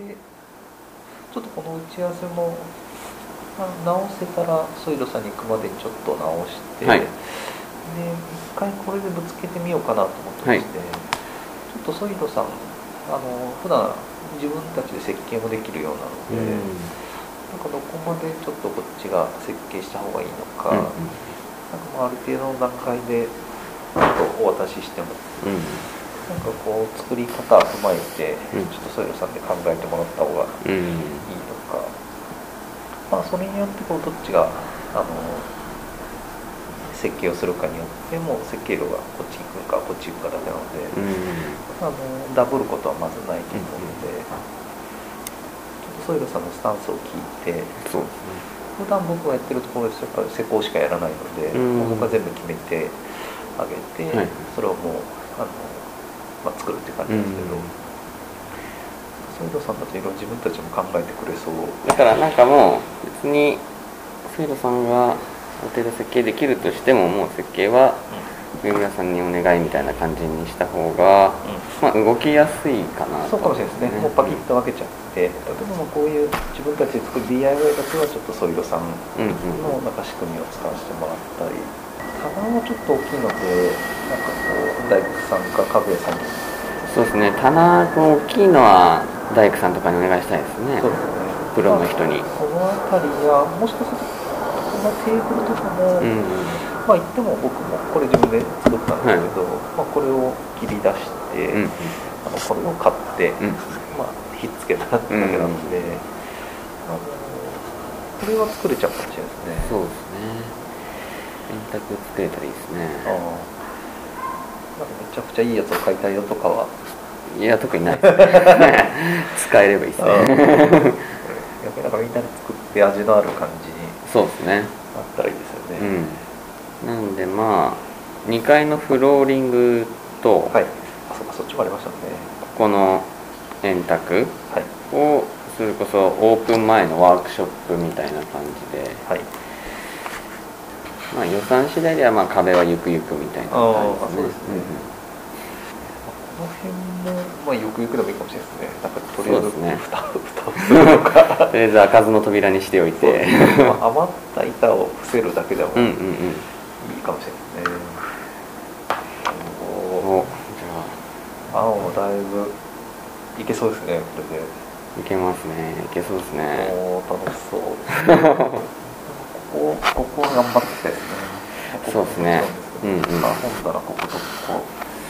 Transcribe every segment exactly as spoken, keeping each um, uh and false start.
でちょっとこの打ち合わせも直せたらソイドさんに行くまでにちょっと直して、はい、で一回これでぶつけてみようかなと思ってまして、はい、ちょっとソイドさんあの普段自分たちで設計もできるようなので、うん、なんかどこまでちょっとこっちが設計した方がいいのか、うん、なんかまあある程度の段階でちょっとお渡ししても、うん、なんかこう作り方を踏まえて、うん、ちょっとソイドさんで考えてもらった方がいいのか、うん、まあそれによってこうどっちがあの設計をするかによっても設計量がこっち行くかこっち行くかだけなので、うん、あのダブることはまずないと思うので、うん、ちょっとソイドさんのスタンスを聞いて、そうですね、普段僕がやってるところですとやっぱり施工しかやらないので、うん、僕が全部決めてあげて、はい、それをもうあの、まあ、作るっていう感じですけど、うん、ソイドさんだといろいろ自分たちも考えてくれそう。 だからなんかもう別にソイドさんがある程度設計できるとしてももう設計は上村さんにお願いみたいな感じにした方が、うん、まあ、動きやすいかなと、ね、そうかもしれないですね。もうパキッと分けちゃって、例えばこういう自分たちで作る ディーアイワイ だけはちょっとソイドさんのなんか仕組みを使わせてもらったり、棚もちょっと大きいのでなんかこう大工さんか家具屋さんに、 そうですね、棚大きいのは大工さんとかにお願いしたいですね。そうですね、プロの人に、 まあ、この辺りやもしかするとこのテーブルとかも、うん、まあ言っても僕もこれ自分で作ったんですけど、はい、まあ、これを切り出して、うん、あのこれを買って、うん、まあ、ひっつけただけなので、うん、あのこれは作れちゃうかもしれないですね。 そうですね、円卓作れたらいいですね。あ、 なんかめちゃくちゃいいやつを買いたいよとかは、 いや特にないですね使えればいいですね逆になんかみんなで作って味のある感じに、 そうですね、 あったらいいですよね。 うん、なんでまあにかいのフローリングと、 はい、あ、そうか、そっちもありましたね。 ここの円卓をそれこそオープン前のワークショップみたいな感じで、はい、まあ予算次第ではまあ壁はゆくゆくみたいな感じですね。そうですね、うん、 この辺もまあゆくゆくでもいいかもしれないですね。なんかとりあえず蓋をするとかとりあえず開かずの扉にしておいて、 まあ、余った板を伏せるだけでもいいかもしれないですね。お、じゃあ青もだいぶいけそうですね。これでいけますね、いけそうですね。 お、楽しそうここここ頑張っていきたいですね。 そうですね、うんうん、 本棚こことここ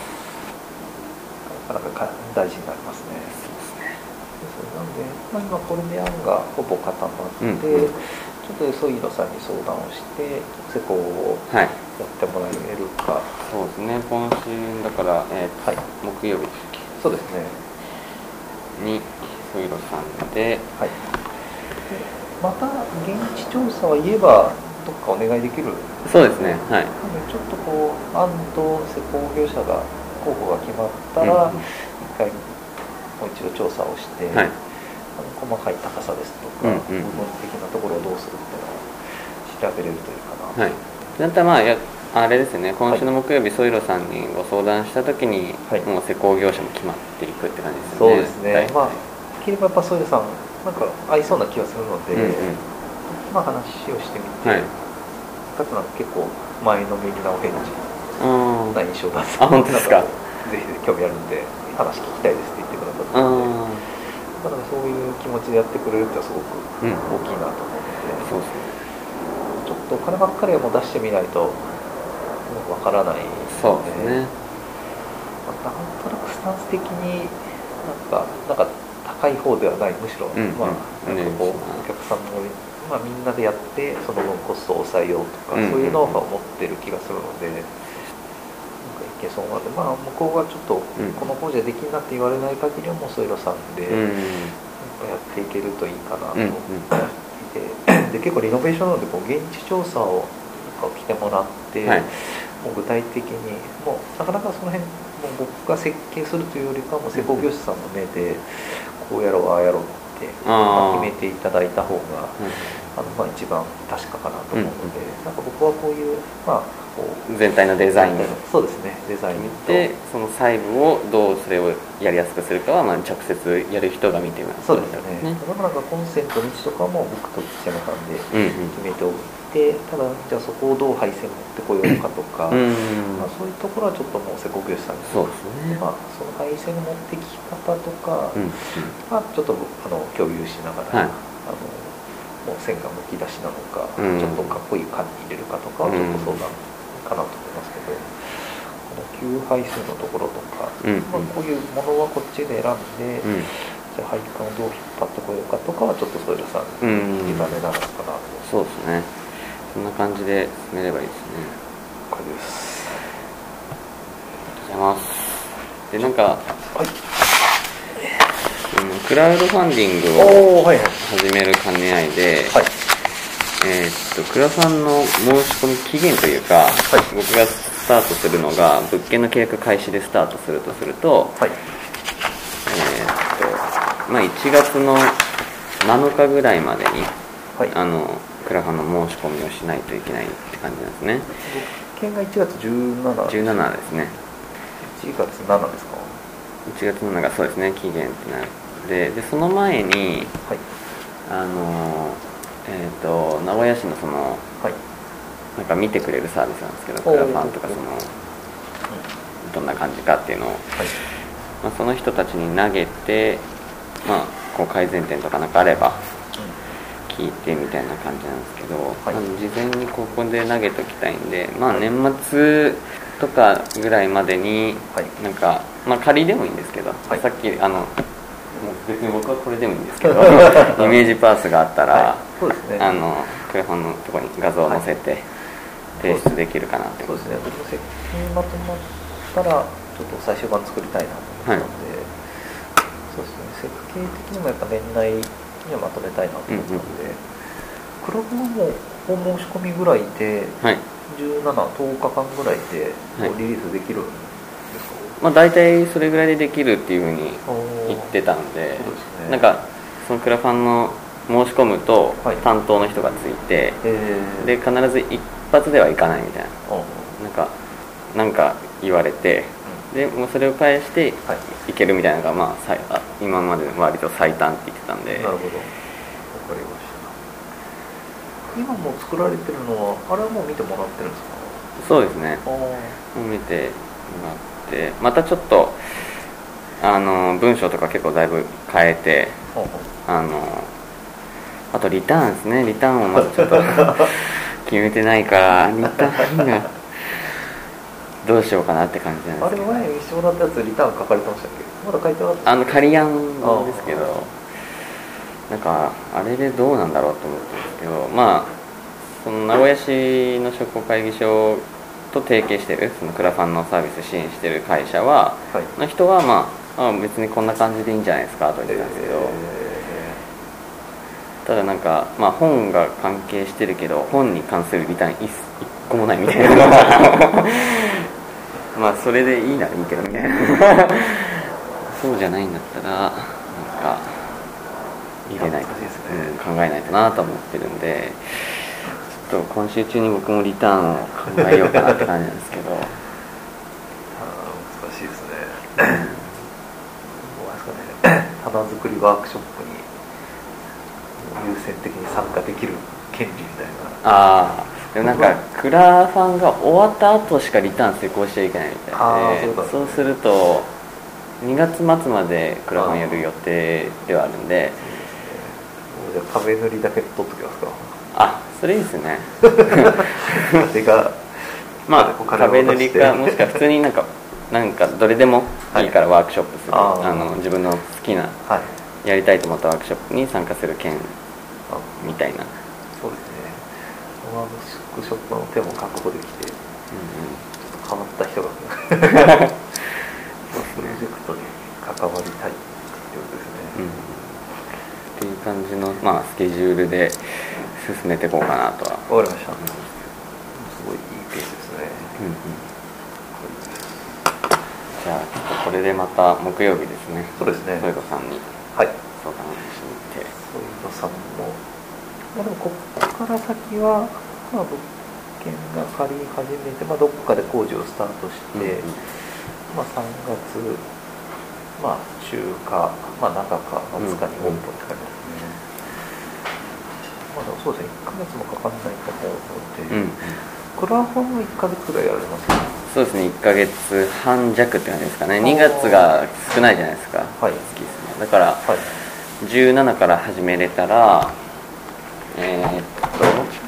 なかなか大事になりますね。そうですね。なので、まあ、今これで案がほぼ固まって、うんうん、ちょっとソイドさんに相談をして施工をやってもらえるか、はい、 そうですね、今週だから、えーはい、木曜日ですっけ。 そうですねにソイドさんで、はい、でまた現地調査は言えばどっかお願いできる。 そうですね、はい、 ちょっとこう案と施工業者が候補が決まったら、うんうん、一回もう一度調査をして、はい、あの細かい高さですとか、うんうん、部分的なところをどうするっていうのを調べれるというかな。 はい、だったらまあやあれですね、今週の木曜日、はい、ソイドさんにご相談したときに、はい、もう施工業者も決まっていくって感じですよね。 そうですね、はい、まあできればやっぱソイドさんなんか合いそうな気がするので、うんうん、まあ話をしてみて、はい、かつなんか結構前のめりなお返事な印象だったので、ぜひ興味あるんで話聞きたいですって言ってくださったので、だからそういう気持ちでやってくれるってすごく大きいなと思うので、うん、そうですね、ちょっとお金ばっかりはもう出してみないとわからないので、 そうですね、 まあ、なんとなくスタンス的になんかなんか高い方ではない、むしろ、うん、まあなんかこう、うん、お客さんも、まあ、みんなでやってその分コストを抑えようとか、うん、そういうノウハウを持ってる気がするので、なんかいけそうなので、まあ向こうがちょっとこの工事はできんなって言われない限りはもうソイドさんでやっていけるといいかなと、うんうん、で, で結構リノベーションなのでこう現地調査を来てもらって、はい、もう具体的にもうなかなかその辺もう僕が設計するというよりかも施工業者さんの目でこうやろうああやろうって決めていただいた方が、うん、あのまあ一番確かかなと思うので、うん、なんか僕はこういう、まあ、 全体のデザインをそうですね、デザインでその細部をどうそれをやりやすくするかは、まあ、直接やる人が見てます。 そうですよね。だからなんかコンセントの位置とかも僕と土山さんで決めておいて、うんうん、ただじゃあそこをどう配線持ってこようかとか、うんまあ、そういうところはちょっともう施工業者さんにそうですね、 まあ、その配線の持ってき方とか、うんうんまあ、ちょっとあの共有しながら、はい、あのもう線がむき出しなのか、うん、ちょっとかっこいい感じ入れるかとかはちょっと相談かなと思いますけど、この給配数のところとか、うんまあ、こういうものはこっちで選んで、うん、じゃあ配管をどう引っ張ってこようかとかはちょっとソイルさんに委ねなのかなと、 うん、そうですね。そんな感じで進めればいいですね。 了解です。 ありがとうございます。でなんか、はいうん、クラウドファンディングを始める兼ね合いで、はいえー、っとクラファンの申し込み期限というか、はい、僕がスタートするのが物件の契約開始でスタートするとすると、はいえー、っとまあ、いちがつのなのかぐらいまでに、はい、あのクラファンの申し込みをしないといけないって感じなんですね。 物件がいちがつじゅうしち、 じゅうしちですね。 いちがつしちですか。 いちがつしちがそうですね、期限ってなるで、でその前に、はい、あのえー、と名古屋市のその、はい、なんか見てくれるサービスなんですけど、クラファンとかその、うん、どんな感じかっていうのを、はいまあ、その人たちに投げて、まあ、こう改善点とかなんかあれば聞いてみたいな感じなんですけど、はい、事前にここで投げときたいんで、まあ、年末とかぐらいまでに、はい、なんか、まあ、仮でもいいんですけど、はい、さっきあの別に僕はこれでもいいんですけどイメージパースがあったら、はいそうですね、あのクラファンのところに画像を載せて提出できるかなって、 はい、そうですね。僕も設計まとまったらちょっと最終版作りたいなと思ったので、はい、そうですね、設計的にもやっぱ年内にはまとめたいなと思ったので、うんうん、クラファンもお申し込みぐらいで、はい、じゅうしち、とおかかんぐらいでリリースできるんですか？ まあ、大体それぐらいでできるっていうふうに言ってたんで、そうですね、なんかそのクラファンの申し込むと担当の人がついて、はい、で必ず一発ではいかないみたいな、なんかなんか言われて、うん、でもうそれを返していけるみたいなのが、まあ、今まで割と最短って言ってたんで。 なるほど、わかりました。今もう作られてるのはあれはもう見てもらってるんですか？ そうですね、もう見てもらってまたちょっとあの文章とか結構だいぶ変えて、あのあとリターンですね。リターンをまだちょっと決めてないからリターンがどうしようかなって感じなんですけど。 あれ前に見せてもらったやつリターン書かれてましたっけ？まだ書いてなかった。 あの仮案ですけど、なんかあれでどうなんだろうと思ったんですけど、まあその名古屋市の商工会議所と提携してるそのクラファンのサービス支援してる会社は、はい、の人はまあ、あ別にこんな感じでいいんじゃないですかと言ってたんですけど、ただなんか、まあ、本が関係してるけど本に関するリターン一個もないみたいなまあそれでいいならいいけどみたいなそうじゃないんだったらなんか入れないと、うん、考えないとなと思ってるんで、ちょっと今週中に僕もリターンを考えようかなって感じなんですけどあ難しいですねどうですかね、棚作りワークショップに優先的に参加できる権利みたいな。 ああ、でもなんかクラファンが終わった後しかリターン成功しちゃいけないみたいで、そうそうするとにがつ末までクラファンやる予定ではあるんで、 じゃあ壁塗りだけ取っときますか。 あ、それいいですねでかまあ壁塗りかもしくは普通になんかなんかどれでもいいからワークショップする、はい、あの自分の好きな、はい、やりたいと思ったワークショップに参加する件みたいな。 そうですね、ワークショップの手も確保できて、うんうん、ちょっと変わった人がプロジェクトに関わりたいっていうことですね、うん、 っていう感じの、まあ、スケジュールで進めていこうかなとは。 わかりました、うん、すごいいいペースですね、うんうん、 じゃあちょっとこれでまた木曜日ですね。 そうですね、 ソイドさんに相談しに行って、 ソイドさんも、まあ、でもここから先は、まあ、僕軒が借り始めて、まあ、どこかで工事をスタートして、うんうん、まあ、さんがつ、まあ、中か、まあ、中か夏かにオープンって感じですね。うんうん、まあ、でもそうですね、いっかげつもかかんないと思うので、うんうん、クラファンはいっかげつくらいやられますか？ そうですね、いっかげつはん弱って感じですかね。にがつが少ないじゃないですか、 はい、 月ですね。だから、はい、じゅうしちから始めれたら、えー、っと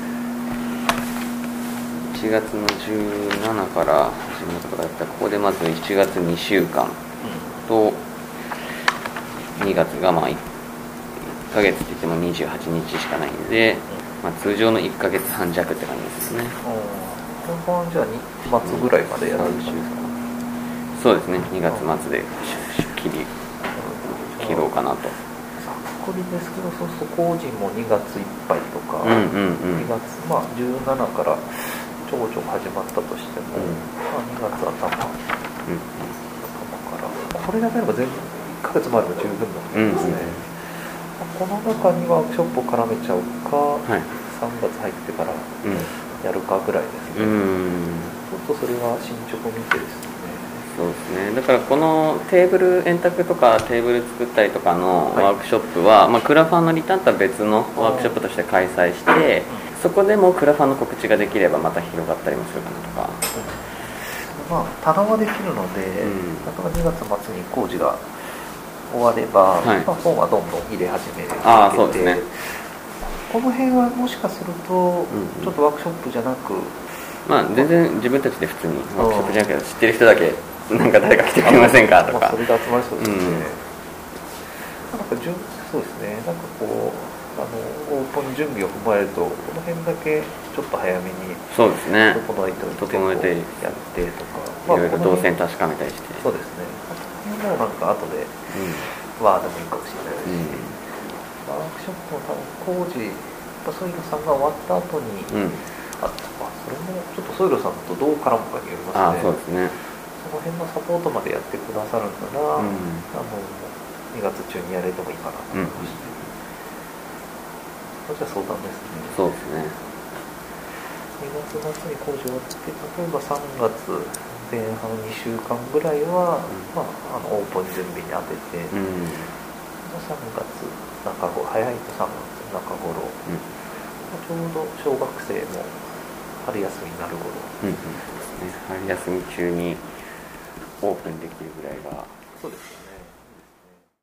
いちがつのじゅうしちから始めたことだったら、ここでまずいちがつにしゅうかんと、にがつがまあいっかげつって言ってもにじゅうはちにちしかないんで、まあ、通常のいっかげつはん弱って感じですよね。 本番じゃあにがつぐらいまでやられるんですか？ そうですね、にがつ末で切り切ろうかなと。 ざっくりですけど、そうすると工事もにがついっぱいとか、 うんうんうん、 にがつ、まあ、じゅうしちからちょこちょこ始まったとしても、うん、まあ、にがつ頭、うん、頭からこれだけあれば全部いっかげつもあれば十分なんですね。うんうん、この中にワークショップを絡めちゃうか、はい、さんがつ入ってからやるかぐらいですね。うん、ちょっとそれは進捗を見てですね。 そうですね、だからこのテーブル円卓とかテーブル作ったりとかのワークショップは、はい、まあ、クラファンのリターンとは別のワークショップとして開催して、そこでもクラファンの告知ができればまた広がったりもするかなとか、 うん、まあ棚はできるので、うん、例えばにがつ末に工事が終われば、はい、まあ、本はどんどん入れ始める。 ああ、そうですね。 この辺はもしかすると、うんうん、ちょっとワークショップじゃなく、 まあ、全然自分たちで普通にワークショップじゃなくて、知ってる人だけなんか誰か来てくれませんかとか、まあ、 それで集まりそうですね。うん、なんかじゅそうですね、なんかこうあのオープン準備を踏まえると、この辺だけちょっと早めにそうですね、 整えておいて、 整えてやってとか、 いろいろ動線確かめたりして、 そうですね、この辺もなんか後で、うん、ワードもいいかもしれないですし、うん、ワークショップも多分工事ソイロさんが終わった後に、うん、あ、それもちょっとソイロさんとどう絡むかによりますね。 あ、そうですね。 その辺のサポートまでやってくださるんなら、うん、あのにがつ中にやれてもいいかなと思いまして、うん、じゃあ相談ですね。 そうですね。 にがつ末に工事終わって、例えばさんがつぜん半にしゅうかんぐらいは、うん、まあ、あのオープン準備に当てて、うん、さんがつ中頃、早いとさんがつ中頃、うん、ちょうど小学生も春休みになる頃、 うんうん、そうですね、春休み中にオープンできるぐらいが。 そうですね。